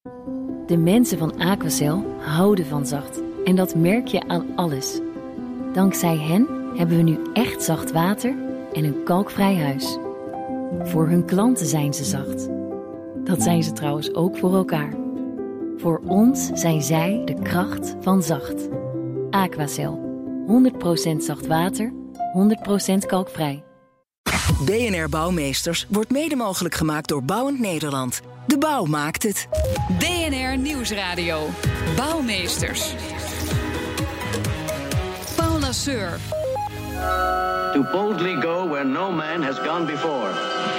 De mensen van Aquacel houden van zacht. En dat merk je aan alles. Dankzij hen hebben we nu echt zacht water en een kalkvrij huis. Voor hun klanten zijn ze zacht. Dat zijn ze trouwens ook voor elkaar. Voor ons zijn zij de kracht van zacht. Aquacel. 100% zacht water, 100% kalkvrij. BNR Bouwmeesters wordt mede mogelijk gemaakt door Bouwend Nederland. De bouw maakt het. BNR Nieuwsradio. Bouwmeesters. Paul Lasseur. To boldly go where no man has gone before.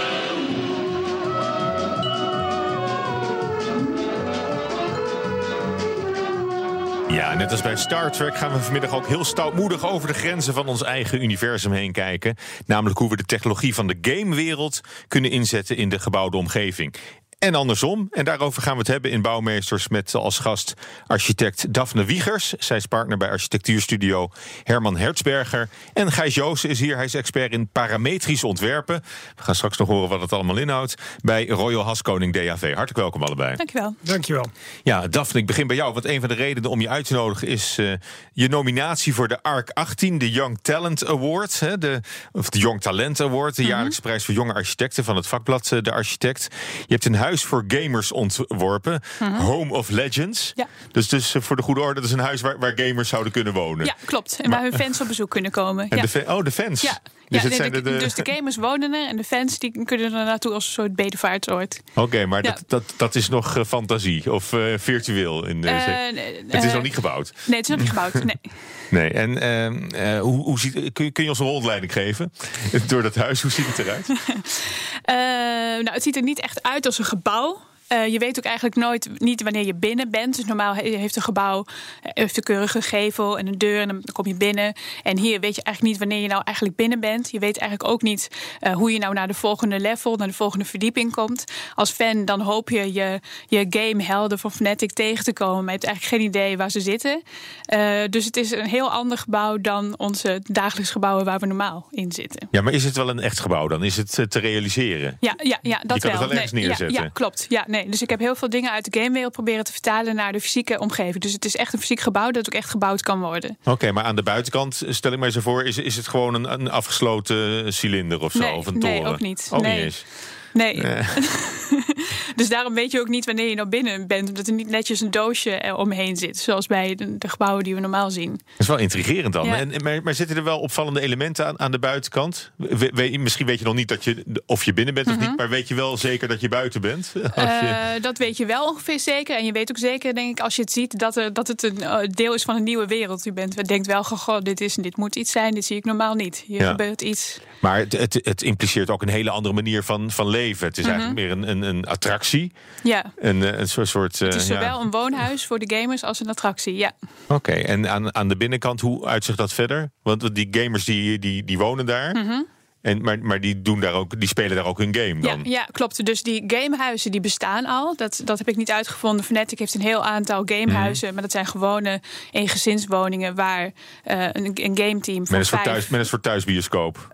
Ja, net als bij Star Trek gaan we vanmiddag ook heel stoutmoedig over de grenzen van ons eigen universum heen kijken. Namelijk hoe we de technologie van de gamewereld kunnen inzetten in de gebouwde omgeving. En andersom. En daarover gaan we het hebben in Bouwmeesters met als gast architect Daphne Wiegers. Zij is partner bij architectuurstudio Herman Hertzberger. En Gijs Joosten is hier. Hij is expert in parametrisch ontwerpen. We gaan straks nog horen wat het allemaal inhoudt. Bij Royal Haskoning DAV. Hartelijk welkom allebei. Dankjewel. Dankjewel. Ja, Daphne, ik begin bij jou. Want een van de redenen om je uit te nodigen is je nominatie voor de ARC 18, de Young Talent Award. De Young Talent Award, de jaarlijkse prijs voor jonge architecten van het vakblad De Architect. Je hebt een huis voor gamers ontworpen. Home of Legends. Ja. Dus voor de goede orde, dat is een huis waar gamers zouden kunnen wonen. Ja, klopt. En waar hun fans op bezoek kunnen komen. En de fans? Ja. Dus, dus de gamers wonen er en de fans die kunnen er naartoe als een soort bedevaartsoord. Oké, maar dat is nog fantasie of virtueel? Het is nog niet gebouwd? Nee, het is nog niet gebouwd, nee. Nee, en kun je ons een rondleiding geven door dat huis? Hoe ziet het eruit? Het ziet er niet echt uit als een gebouw. Je weet ook eigenlijk niet wanneer je binnen bent. Dus normaal heeft een gebouw een keurige gevel en een deur en dan kom je binnen. En hier weet je eigenlijk niet wanneer je nou eigenlijk binnen bent. Je weet eigenlijk ook niet hoe je nou naar de volgende level, naar de volgende verdieping komt. Als fan dan hoop je gamehelden van Fnatic tegen te komen. Maar je hebt eigenlijk geen idee waar ze zitten. Dus het is een heel ander gebouw dan onze dagelijkse gebouwen waar we normaal in zitten. Ja, maar is het wel een echt gebouw dan? Is het te realiseren? Ja, dat wel. Je kan het wel ergens neerzetten? Ja, klopt. Ja, nee. Dus ik heb heel veel dingen uit de gamewereld proberen te vertalen naar de fysieke omgeving. Dus het is echt een fysiek gebouw dat ook echt gebouwd kan worden. Oké, maar aan de buitenkant, stel ik mij zo voor, is het gewoon een afgesloten cilinder of zo? Nee, of een toren? Nee, ook niet. Ook niet eens? Nee. Dus daarom weet je ook niet wanneer je nou binnen bent. Omdat er niet netjes een doosje omheen zit. Zoals bij de gebouwen die we normaal zien. Dat is wel intrigerend dan. Ja. Maar zitten er wel opvallende elementen aan de buitenkant? Misschien weet je nog niet of je binnen bent of niet. Maar weet je wel zeker dat je buiten bent? Dat weet je wel ongeveer zeker. En je weet ook zeker, denk ik, als je het ziet, dat het een deel is van een nieuwe wereld. Je denkt wel, goh, dit moet iets zijn. Dit zie ik normaal niet. Hier gebeurt iets. Maar het impliceert ook een hele andere manier van leven. Het is eigenlijk meer een attractie. Ja. Een soort. Het is zowel een woonhuis voor de gamers als een attractie, ja. Oké, en aan de binnenkant, hoe uitzicht dat verder? Want die gamers die wonen daar. Maar die spelen daar ook hun game dan? Ja, klopt. Dus die gamehuizen die bestaan al. Dat heb ik niet uitgevonden. Fnatic heeft een heel aantal gamehuizen. Maar dat zijn gewone eengezinswoningen waar een gameteam van met een soort thuisbioscoop.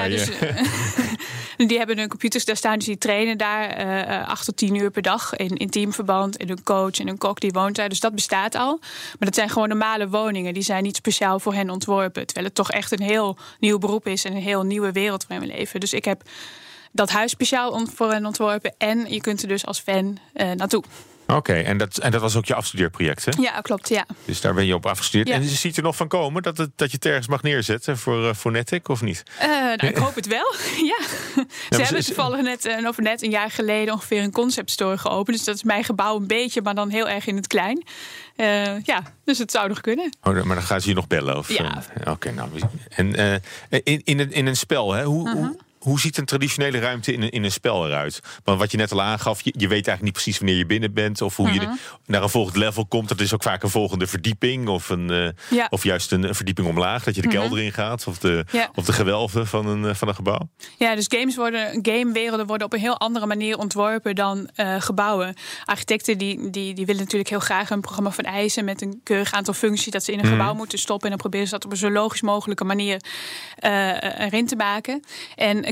Die hebben hun computers daar staan. Dus die trainen daar 8 tot 10 uur per dag in teamverband. En hun coach en hun kok die woont daar. Dus dat bestaat al. Maar dat zijn gewoon normale woningen. Die zijn niet speciaal voor hen ontworpen. Terwijl het toch echt een heel nieuw beroep is. En een heel nieuwe wereld waarin we leven. Dus ik heb dat huis speciaal voor hen ontworpen. En je kunt er dus als fan naartoe. Oké, en dat was ook je afstudeerproject, hè? Ja, klopt, ja. Dus daar ben je op afgestudeerd. Ja. En ziet er nog van komen dat je het ergens mag neerzetten voor Fnatic, of niet? Ik hoop het wel, ja. Ze hebben toevallig net een jaar geleden ongeveer een conceptstore geopend. Dus dat is mijn gebouw een beetje, maar dan heel erg in het klein. Dus het zou nog kunnen. Maar dan gaan ze je nog bellen? Of, ja. Oké, nou. En in een spel, hè? Hoe ziet een traditionele ruimte in een spel eruit? Want wat je net al aangaf, je weet eigenlijk niet precies wanneer je binnen bent. Of hoe je naar een volgend level komt. Dat is ook vaak een volgende verdieping. Of juist een verdieping omlaag. Dat je de kelder in gaat. Of de gewelven van een gebouw. Ja, dus gamewerelden worden op een heel andere manier ontworpen dan gebouwen. Architecten die willen natuurlijk heel graag een programma van eisen met een keurig aantal functies dat ze in een gebouw moeten stoppen. En dan proberen ze dat op een zo logisch mogelijke manier erin te maken. En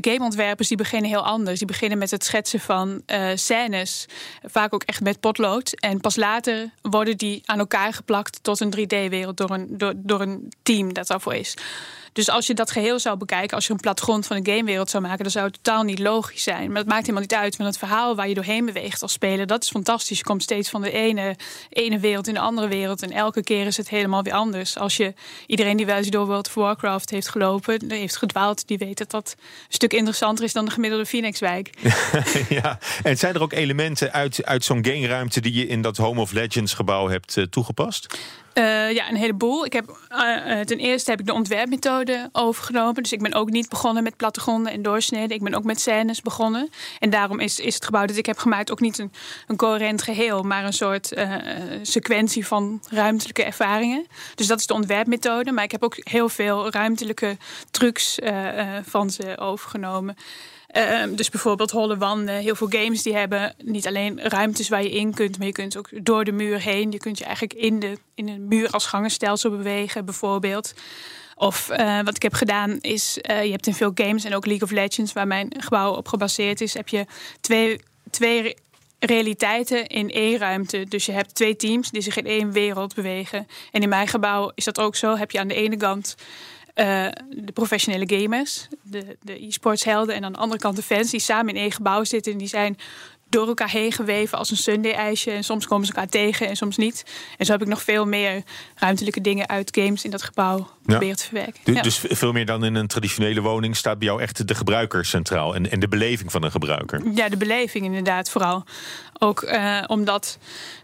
gameontwerpers die beginnen heel anders. Die beginnen met het schetsen van scènes. Vaak ook echt met potlood. En pas later worden die aan elkaar geplakt tot een 3D-wereld door een team dat daarvoor is. Dus als je dat geheel zou bekijken, als je een plattegrond van een gamewereld zou maken, dan zou het totaal niet logisch zijn. Maar dat maakt helemaal niet uit. Want het verhaal waar je doorheen beweegt als speler, dat is fantastisch. Je komt steeds van de ene wereld in de andere wereld. En elke keer is het helemaal weer anders. Iedereen die wel eens door World of Warcraft heeft gelopen, heeft gedwaald, die weet dat dat een stuk interessanter is dan de gemiddelde Phoenixwijk. Ja, en zijn er ook elementen uit zo'n gameruimte die je in dat Home of Legends gebouw hebt toegepast? Ja, een heleboel. Ten eerste heb ik de ontwerpmethode overgenomen. Dus ik ben ook niet begonnen met plattegronden en doorsneden. Ik ben ook met scènes begonnen. En daarom is het gebouw dat ik heb gemaakt ook niet een coherent geheel, maar een soort sequentie van ruimtelijke ervaringen. Dus dat is de ontwerpmethode. Maar ik heb ook heel veel ruimtelijke trucs van ze overgenomen. Dus bijvoorbeeld holle wanden. Heel veel games die hebben niet alleen ruimtes waar je in kunt, maar je kunt ook door de muur heen. Je kunt je eigenlijk in een muur als gangenstelsel bewegen, bijvoorbeeld. Of wat ik heb gedaan is, je hebt in veel games en ook League of Legends, waar mijn gebouw op gebaseerd is, heb je twee realiteiten in één ruimte. Dus je hebt 2 teams die zich in één wereld bewegen. En in mijn gebouw is dat ook zo. Heb je aan de ene kant de professionele gamers, de e-sportshelden, en aan de andere kant de fans die samen in één gebouw zitten en die zijn door elkaar heen geweven als een Sunday-ijsje. En soms komen ze elkaar tegen en soms niet. En zo heb ik nog veel meer ruimtelijke dingen uit games in dat gebouw proberen te verwerken. Dus veel meer dan in een traditionele woning staat bij jou echt de gebruiker centraal en de beleving van een gebruiker. Ja, de beleving inderdaad vooral. Ook omdat,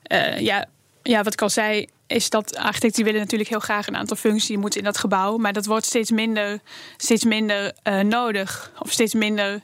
wat ik al zei, is dat architecten willen natuurlijk heel graag een aantal functies moeten in dat gebouw. Maar dat wordt steeds minder nodig. Of steeds minder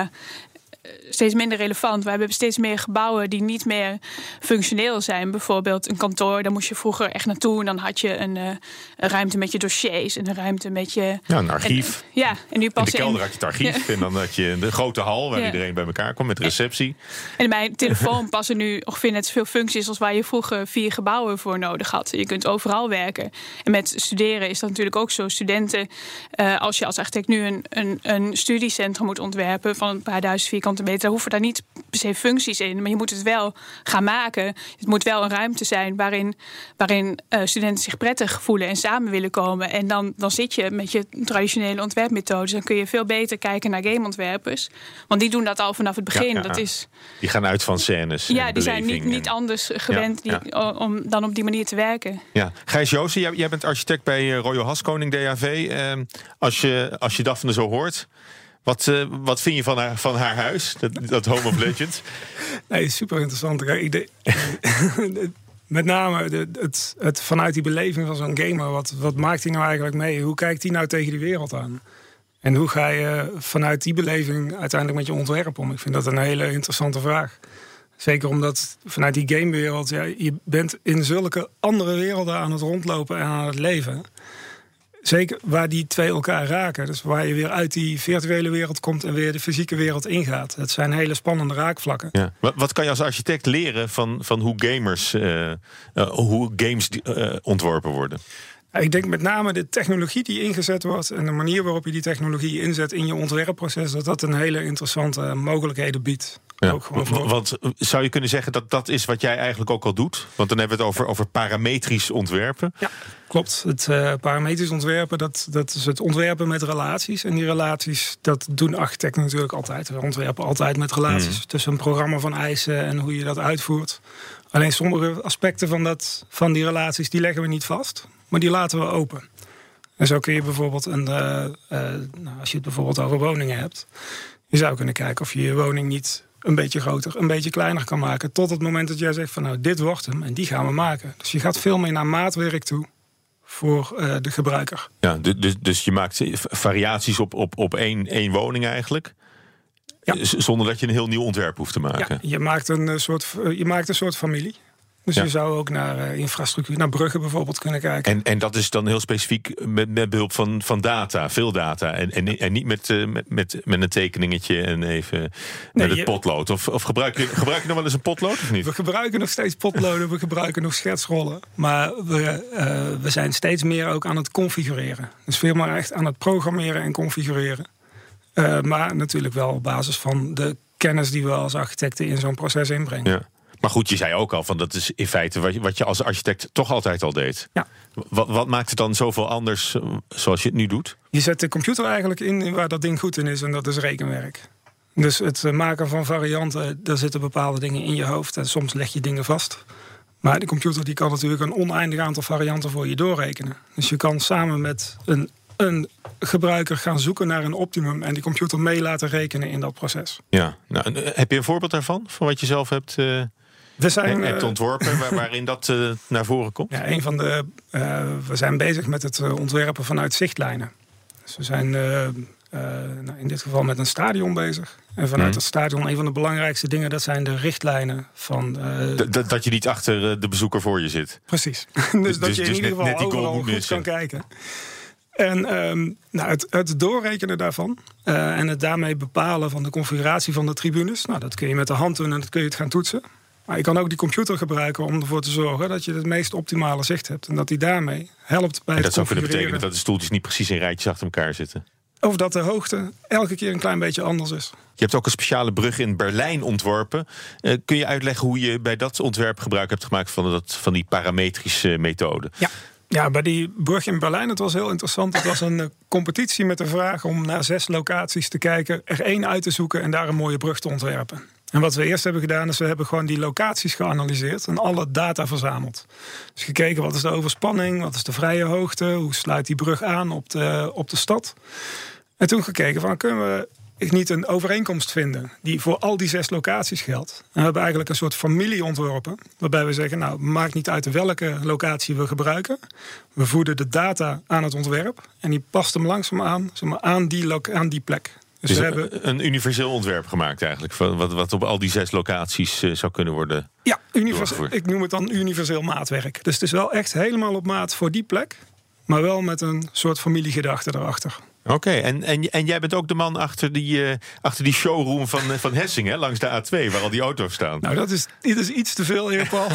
relevant. We hebben steeds meer gebouwen die niet meer functioneel zijn. Bijvoorbeeld een kantoor, daar moest je vroeger echt naartoe. En dan had je een ruimte met je dossiers en een ruimte met je... Ja, een archief. En nu pas in de kelder had je het archief. Ja. En dan had je de grote hal waar iedereen bij elkaar kwam met receptie. En in mijn telefoon passen nu ongeveer net zoveel functies als waar je vroeger 4 gebouwen voor nodig had. Je kunt overal werken. En met studeren is dat natuurlijk ook zo. Studenten, als je als architect nu een studiecentrum moet ontwerpen van een paar duizend vierkante meter, dan hoeven daar niet per se functies in. Maar je moet het wel gaan maken. Het moet wel een ruimte zijn waarin studenten zich prettig voelen en samen willen komen. En dan zit je met je traditionele ontwerpmethodes. Dan kun je veel beter kijken naar gameontwerpers. Want die doen dat al vanaf het begin. Ja. Die gaan uit van scènes. Ja, die zijn niet anders gewend om dan op die manier te werken. Ja. Gijs Joosten, jij bent architect bij Royal Haskoning DAV. Als je Daphne zo hoort, wat vind je van haar huis, dat Home of Legends? Nee, super interessant. Met name het vanuit die beleving van zo'n gamer. Wat maakt hij nou eigenlijk mee? Hoe kijkt hij nou tegen die wereld aan? En hoe ga je vanuit die beleving uiteindelijk met je ontwerp om? Ik vind dat een hele interessante vraag. Zeker omdat vanuit die gamewereld, je bent in zulke andere werelden aan het rondlopen en aan het leven. Zeker waar die 2 elkaar raken. Dus waar je weer uit die virtuele wereld komt en weer de fysieke wereld ingaat. Het zijn hele spannende raakvlakken. Ja. Wat kan je als architect leren van hoe games ontworpen worden? Ik denk met name de technologie die ingezet wordt en de manier waarop je die technologie inzet in je ontwerpproces, dat een hele interessante mogelijkheden biedt. Ja, want zou je kunnen zeggen dat is wat jij eigenlijk ook al doet? Want dan hebben we het over parametrisch ontwerpen. Ja, klopt. Het parametrisch ontwerpen, dat is het ontwerpen met relaties. En die relaties, dat doen architecten natuurlijk altijd. We ontwerpen altijd met relaties tussen een programma van eisen en hoe je dat uitvoert. Alleen sommige aspecten van die relaties, die leggen we niet vast. Maar die laten we open. En zo kun je bijvoorbeeld, als je het bijvoorbeeld over woningen hebt, je zou kunnen kijken of je je woning niet een beetje groter, een beetje kleiner kan maken. Tot het moment dat jij zegt van dit wordt hem en die gaan we maken. Dus je gaat veel meer naar maatwerk toe voor de gebruiker. Ja, dus je maakt variaties op één woning eigenlijk. Ja. Zonder dat je een heel nieuw ontwerp hoeft te maken. Ja, je maakt een soort familie. Dus je zou ook naar infrastructuur, naar bruggen bijvoorbeeld kunnen kijken. En dat is dan heel specifiek met behulp van data, veel data. En niet met een tekeningetje en even met het potlood. Of gebruik je nog wel eens een potlood of niet? We gebruiken nog steeds potloden, we gebruiken nog schetsrollen. Maar we zijn steeds meer ook aan het configureren. Dus veel meer echt aan het programmeren en configureren. Maar natuurlijk wel op basis van de kennis die we als architecten in zo'n proces inbrengen. Ja. Maar goed, je zei ook al, van dat is in feite wat je als architect toch altijd al deed. Ja. Wat maakt het dan zoveel anders zoals je het nu doet? Je zet de computer eigenlijk in waar dat ding goed in is en dat is rekenwerk. Dus het maken van varianten, daar zitten bepaalde dingen in je hoofd en soms leg je dingen vast. Maar de computer die kan natuurlijk een oneindig aantal varianten voor je doorrekenen. Dus je kan samen met een gebruiker gaan zoeken naar een optimum en die computer mee laten rekenen in dat proces. Ja, nou, heb je een voorbeeld daarvan? Van wat je zelf hebt hebt ontworpen, waarin dat naar voren komt? Ja, we zijn bezig met het ontwerpen vanuit zichtlijnen. Dus we zijn in dit geval met een stadion bezig. En vanuit het stadion, een van de belangrijkste dingen, dat zijn de richtlijnen van... Dat je niet achter de bezoeker voor je zit. Precies. dus dat je in ieder geval overal goed kan kijken. En het doorrekenen daarvan en het daarmee bepalen van de configuratie van de tribunes... Nou, dat kun je met de hand doen en dat kun je het gaan toetsen. Maar je kan ook die computer gebruiken om ervoor te zorgen dat je het meest optimale zicht hebt. En dat die daarmee helpt bij het configureren. Dat zou kunnen betekenen dat de stoeltjes niet precies in rijtjes achter elkaar zitten. Of dat de hoogte elke keer een klein beetje anders is. Je hebt ook een speciale brug in Berlijn ontworpen. Kun je uitleggen hoe je bij dat ontwerp gebruik hebt gemaakt van die parametrische methode? Ja, bij die brug in Berlijn, het was heel interessant. Het was een competitie met de vraag om naar 6 locaties te kijken, er 1 uit te zoeken en daar een mooie brug te ontwerpen. En wat we eerst hebben gedaan is, we hebben gewoon die locaties geanalyseerd en alle data verzameld. Dus gekeken, wat is de overspanning, wat is de vrije hoogte, hoe sluit die brug aan op de stad. En toen gekeken van, kunnen we niet een overeenkomst vinden die voor al die 6 locaties geldt. En we hebben eigenlijk een soort familie ontworpen, waarbij we zeggen, nou, maakt niet uit welke locatie we gebruiken. We voeden de data aan het ontwerp en die past hem langzaam aan die plek. Dus we hebben een universeel ontwerp gemaakt eigenlijk, wat op al die 6 locaties zou kunnen worden. Ja, ik noem het dan universeel maatwerk. Dus het is wel echt helemaal op maat voor die plek, maar wel met een soort familiegedachte erachter. Oké, en jij bent ook de man achter die showroom van Hessing, hè, langs de A2, waar al die auto's staan. Nou, dit is iets te veel, heer Paul.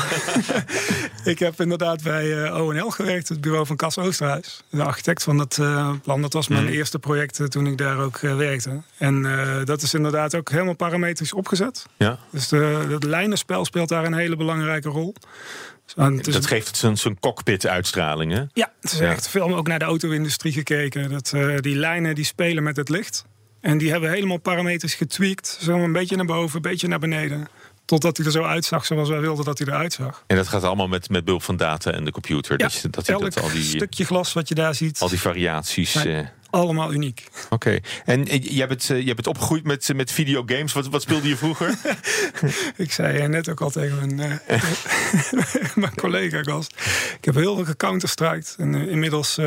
Ik heb inderdaad bij ONL gewerkt, het bureau van Cas Oosterhuis. De architect van dat plan. Dat was mijn eerste project toen ik daar ook werkte. En dat is inderdaad ook helemaal parametrisch opgezet. Ja. Dus het lijnenspel speelt daar een hele belangrijke rol. Dat geeft het zijn cockpit-uitstraling, hè? Ja, het is echt veel ook naar de auto-industrie gekeken. Die lijnen die spelen met het licht. En die hebben helemaal parametrisch getweakt. Zo een beetje naar boven, een beetje naar beneden. Totdat hij er zo uitzag zoals wij wilden dat hij eruit zag. En dat gaat allemaal met behulp van data en de computer. Ja, elk stukje glas wat je daar ziet. Al die variaties. Allemaal uniek. Oké. En jij bent opgegroeid met videogames. Wat speelde je vroeger? Ik zei net ook al tegen mijn collega-gast. Ik heb heel veel gecounterstriked. En inmiddels...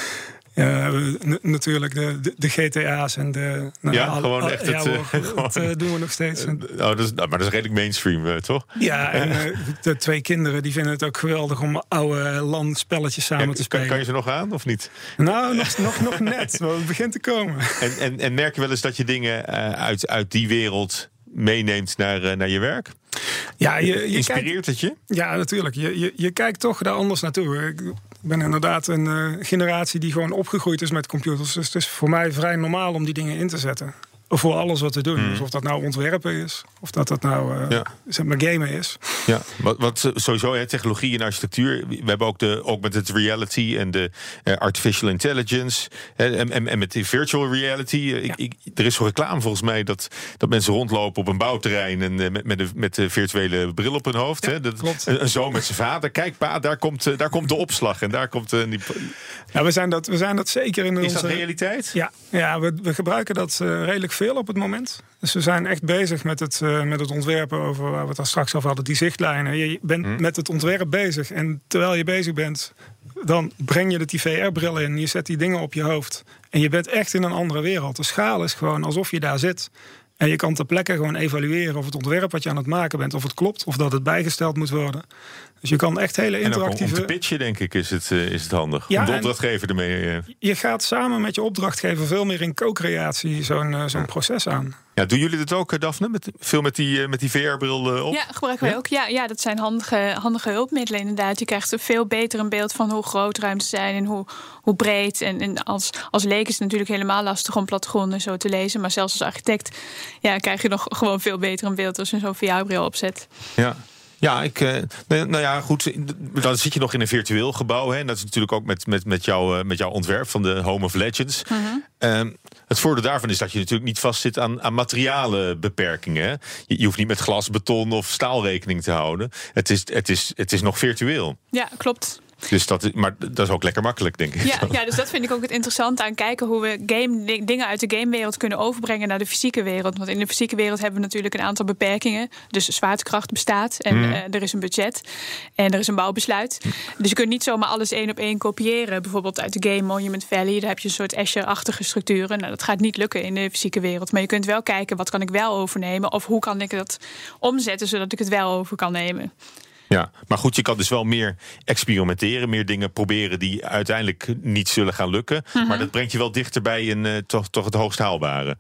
natuurlijk de GTA's en de... gewoon echt dat doen we nog steeds. Maar dat is redelijk mainstream, toch? Ja, en de 2 kinderen die vinden het ook geweldig om oude LAN-spelletjes samen te spelen. Kan je ze nog aan, of niet? Nou, nog net. Maar het begint te komen. En merk je wel eens dat je dingen uit die wereld meeneemt naar je werk? Ja, inspireert het je? Ja, natuurlijk. Je kijkt toch daar anders naartoe. Ik ben inderdaad een generatie die gewoon opgegroeid is met computers. Dus het is voor mij vrij normaal om die dingen in te zetten. Voor alles wat we doen. Dus of dat nou ontwerpen is, of dat nou zeg maar gamen is. Ja, wat sowieso, technologie en architectuur. We hebben ook de augmented reality en de artificial intelligence. En met de virtual reality. Er is zo'n reclame volgens mij dat mensen rondlopen op een bouwterrein en met de virtuele bril op hun hoofd. Ja, klopt. Een zoon met zijn vader. Kijk pa, daar komt de opslag. En daar komt die... Ja, we zijn dat zeker in onze... Is dat realiteit? Ja, we gebruiken dat redelijk veel op het moment. Dus we zijn echt bezig met het ontwerpen over waar we het al straks over hadden, die zichtlijnen. Je bent met het ontwerp bezig en terwijl je bezig bent, dan breng je die VR-bril in, je zet die dingen op je hoofd en je bent echt in een andere wereld. De schaal is gewoon alsof je daar zit. En je kan ter plekke gewoon evalueren of het ontwerp wat je aan het maken bent, of het klopt, of dat het bijgesteld moet worden. Dus je kan echt hele interactieve... En ook om te pitchen, denk ik, is het handig. Ja, om de opdrachtgever ermee... Je gaat samen met je opdrachtgever veel meer in co-creatie zo'n proces aan. Ja, doen jullie dat ook, Daphne? Veel met die VR-bril op? Ja, gebruiken wij ook. Ja, dat zijn handige hulpmiddelen inderdaad. Je krijgt veel beter een beeld van hoe groot ruimtes zijn en hoe breed. En als leek is het natuurlijk helemaal lastig om plattegronden zo te lezen. Maar zelfs als architect krijg je nog gewoon veel beter een beeld als je zo'n VR-bril opzet. Ja. Ja, goed. Dan zit je nog in een virtueel gebouw. Hè? En dat is natuurlijk ook met jouw ontwerp van de Home of Legends. Mm-hmm. Het voordeel daarvan is dat je natuurlijk niet vastzit aan materiale beperkingen. Hè? Je hoeft niet met glas, beton of staal rekening te houden. Het is nog virtueel. Ja, klopt. Dus maar dat is ook lekker makkelijk, denk ik. Ja, dus dat vind ik ook het interessante aan kijken hoe we dingen uit de gamewereld kunnen overbrengen naar de fysieke wereld. Want in de fysieke wereld hebben we natuurlijk een aantal beperkingen. Dus de zwaartekracht bestaat en er is een budget en er is een bouwbesluit. Dus je kunt niet zomaar alles 1 op 1 kopiëren. Bijvoorbeeld uit de game Monument Valley, daar heb je een soort Escher-achtige structuren. Nou, dat gaat niet lukken in de fysieke wereld. Maar je kunt wel kijken, wat kan ik wel overnemen? Of hoe kan ik dat omzetten zodat ik het wel over kan nemen? Ja, maar goed, je kan dus wel meer experimenteren, meer dingen proberen die uiteindelijk niet zullen gaan lukken. Mm-hmm. Maar dat brengt je wel dichter bij toch het hoogst haalbare.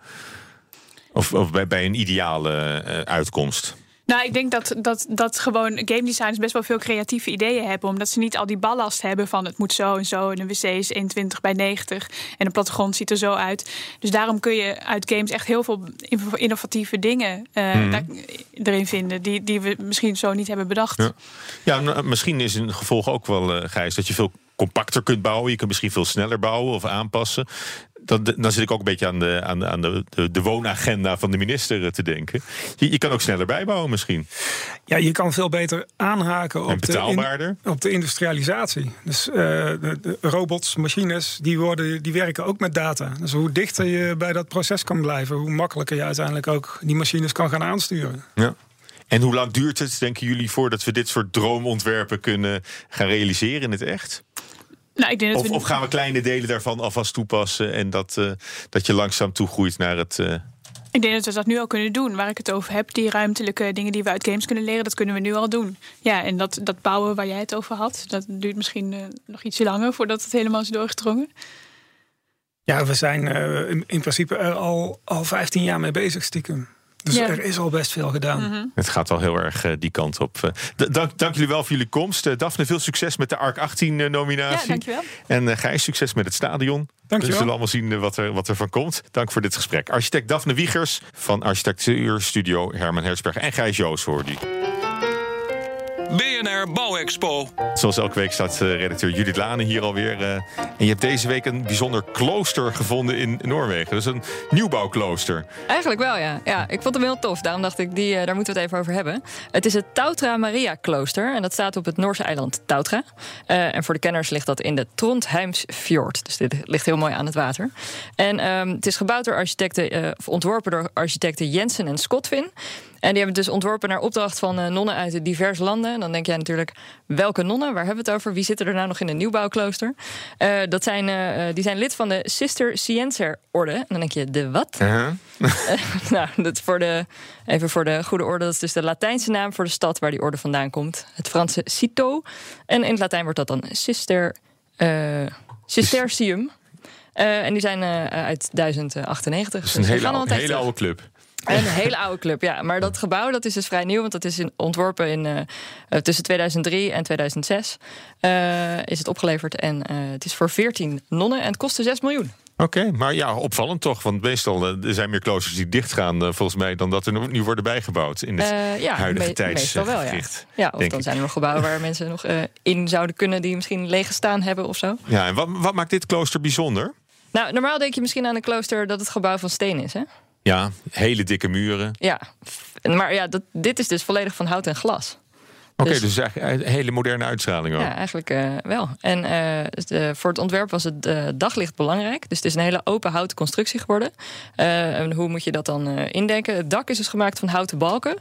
Of bij een ideale uitkomst. Nou, ik denk dat gewoon game designers best wel veel creatieve ideeën hebben. Omdat ze niet al die ballast hebben van het moet zo en zo. En een wc is 21 bij 90. En een plattegrond ziet er zo uit. Dus daarom kun je uit games echt heel veel innovatieve dingen erin vinden. Die we misschien zo niet hebben bedacht. Ja, misschien is een gevolg ook wel, Gijs, dat je veel compacter kunt bouwen. Je kunt misschien veel sneller bouwen of aanpassen. Dan zit ik ook een beetje aan de woonagenda van de minister te denken. Je kan ook sneller bijbouwen misschien. Ja, je kan veel beter aanhaken op de industrialisatie. Dus de robots, machines, die werken ook met data. Dus hoe dichter je bij dat proces kan blijven, hoe makkelijker je uiteindelijk ook die machines kan gaan aansturen. Ja. En hoe lang duurt het, denken jullie, voordat we dit soort droomontwerpen kunnen gaan realiseren in het echt? Nou, ik denk dat of gaan we kleine delen daarvan alvast toepassen en dat je langzaam toegroeit naar het... Ik denk dat we dat nu al kunnen doen. Waar ik het over heb, die ruimtelijke dingen die we uit games kunnen leren, dat kunnen we nu al doen. Ja, en dat bouwen waar jij het over had, dat duurt misschien nog ietsje langer voordat het helemaal is doorgedrongen. Ja, we zijn in principe er al 15 jaar mee bezig, stiekem. Dus er is al best veel gedaan. Mm-hmm. Het gaat al heel erg die kant op. Dank jullie wel voor jullie komst. Daphne, veel succes met de ARC 18 nominatie. Ja, dankjewel. En Gijs, succes met het stadion. Dankjewel. We zullen allemaal zien wat er van komt. Dank voor dit gesprek. Architect Daphne Wiegers van Architectuurstudio Herman Hertzberg en Gijs Joos hoorde u. BNR Bouwexpo. Zoals elke week staat redacteur Judith Lane hier alweer. En je hebt deze week een bijzonder klooster gevonden in Noorwegen. Dat is een nieuwbouwklooster. Eigenlijk wel, ja. Ik vond hem heel tof. Daarom dacht ik, daar moeten we het even over hebben. Het is het Tautra Maria Klooster. En dat staat op het Noorse eiland Tautra. En voor de kenners ligt dat in de Trondheimsfjord. Dus dit ligt heel mooi aan het water. En het is gebouwd door ontworpen door architecten Jensen en Skotvin. En die hebben het dus ontworpen naar opdracht van nonnen uit diverse landen. En dan denk jij natuurlijk, welke nonnen? Waar hebben we het over? Wie zitten er nou nog in een nieuwbouwklooster? Die zijn lid van de Cister Cienser orde. En dan denk je, de wat? Uh-huh. Nou, dat even voor de goede orde. Dat is dus de Latijnse naam voor de stad waar die orde vandaan komt. Het Franse cito. En in het Latijn wordt dat dan Cistercium. En die zijn uit 1098. Dat is een hele oude club. Een hele oude club, ja. Maar dat gebouw dat is dus vrij nieuw, want dat is ontworpen tussen 2003 en 2006 is het opgeleverd. En het is voor 14 nonnen en het kostte 6 miljoen. Oké, maar ja, opvallend toch. Want meestal er zijn meer kloosters die dichtgaan volgens mij dan dat er nu worden bijgebouwd in het huidige tijdsgericht. Ja, of dan zijn er nog gebouwen waar mensen nog in zouden kunnen die misschien leeg gestaan hebben of zo. Ja, en wat maakt dit klooster bijzonder? Nou, normaal denk je misschien aan een klooster dat het gebouw van steen is, hè? Ja, hele dikke muren. Ja, maar ja, dit is dus volledig van hout en glas. Oké, dus eigenlijk een hele moderne uitstraling ook. Ja, eigenlijk wel. En voor het ontwerp was het daglicht belangrijk. Dus het is een hele open houten constructie geworden. En hoe moet je dat dan indenken? Het dak is dus gemaakt van houten balken.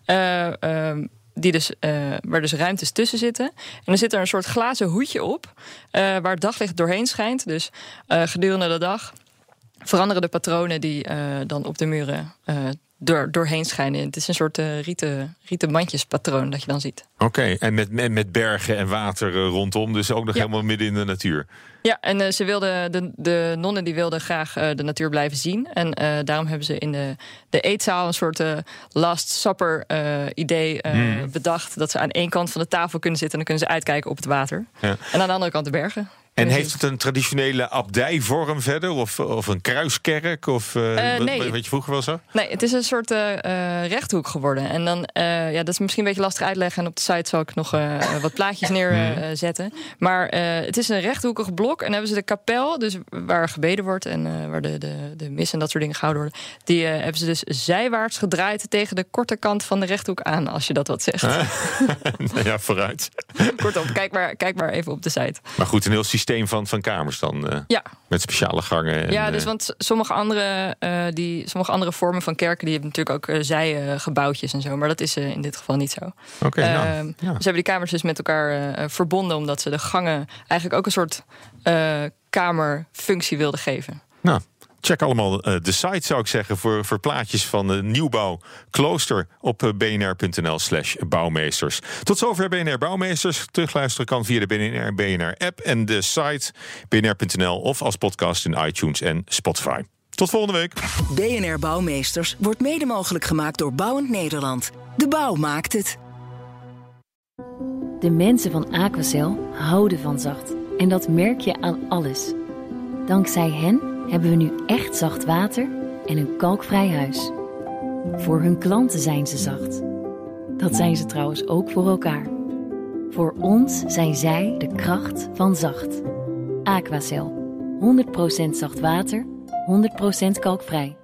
Waar dus ruimtes tussen zitten. En dan zit er een soort glazen hoedje op. Waar het daglicht doorheen schijnt. Dus gedurende de dag veranderen de patronen die dan op de muren doorheen schijnen. Het is een soort rieten mandjespatroon dat je dan ziet. Oké, en met bergen en water rondom, dus ook nog helemaal midden in de natuur. Ja, en de nonnen die wilden graag de natuur blijven zien. En daarom hebben ze in de eetzaal een soort Last Supper idee bedacht. Dat ze aan één kant van de tafel kunnen zitten en dan kunnen ze uitkijken op het water. Ja. En aan de andere kant de bergen. En heeft het een traditionele abdijvorm verder? Of een kruiskerk? Of nee. Wat je vroeger wel zo? Nee, het is een soort rechthoek geworden. En dan, dat is misschien een beetje lastig uitleggen. En op de site zal ik nog wat plaatjes neerzetten. Maar het is een rechthoekig blok. En dan hebben ze de kapel, dus waar gebeden wordt en waar de mis en dat soort dingen gehouden worden. Die hebben ze dus zijwaarts gedraaid tegen de korte kant van de rechthoek aan, als je dat wat zegt. Nou ja, vooruit. Kortom, kijk maar even op de site. Maar goed, een heel systeem van kamers dan. Met speciale gangen. En, dus want sommige andere vormen van kerken, die hebben natuurlijk ook zijgebouwtjes en zo. Maar dat is in dit geval niet zo. Okay, Ze hebben die kamers dus met elkaar verbonden, omdat ze de gangen eigenlijk ook een soort kamerfunctie wilden geven. Nou, check allemaal de site, zou ik zeggen, voor plaatjes van de nieuwbouw Klooster op bnr.nl/bouwmeesters. Tot zover BNR Bouwmeesters. Terugluisteren kan via de BNR-app en de site bnr.nl of als podcast in iTunes en Spotify. Tot volgende week. BNR Bouwmeesters wordt mede mogelijk gemaakt door Bouwend Nederland. De bouw maakt het. De mensen van Aquacel houden van zacht. En dat merk je aan alles. Dankzij hen hebben we nu echt zacht water en een kalkvrij huis. Voor hun klanten zijn ze zacht. Dat zijn ze trouwens ook voor elkaar. Voor ons zijn zij de kracht van zacht. Aquacel. 100% zacht water, 100% kalkvrij.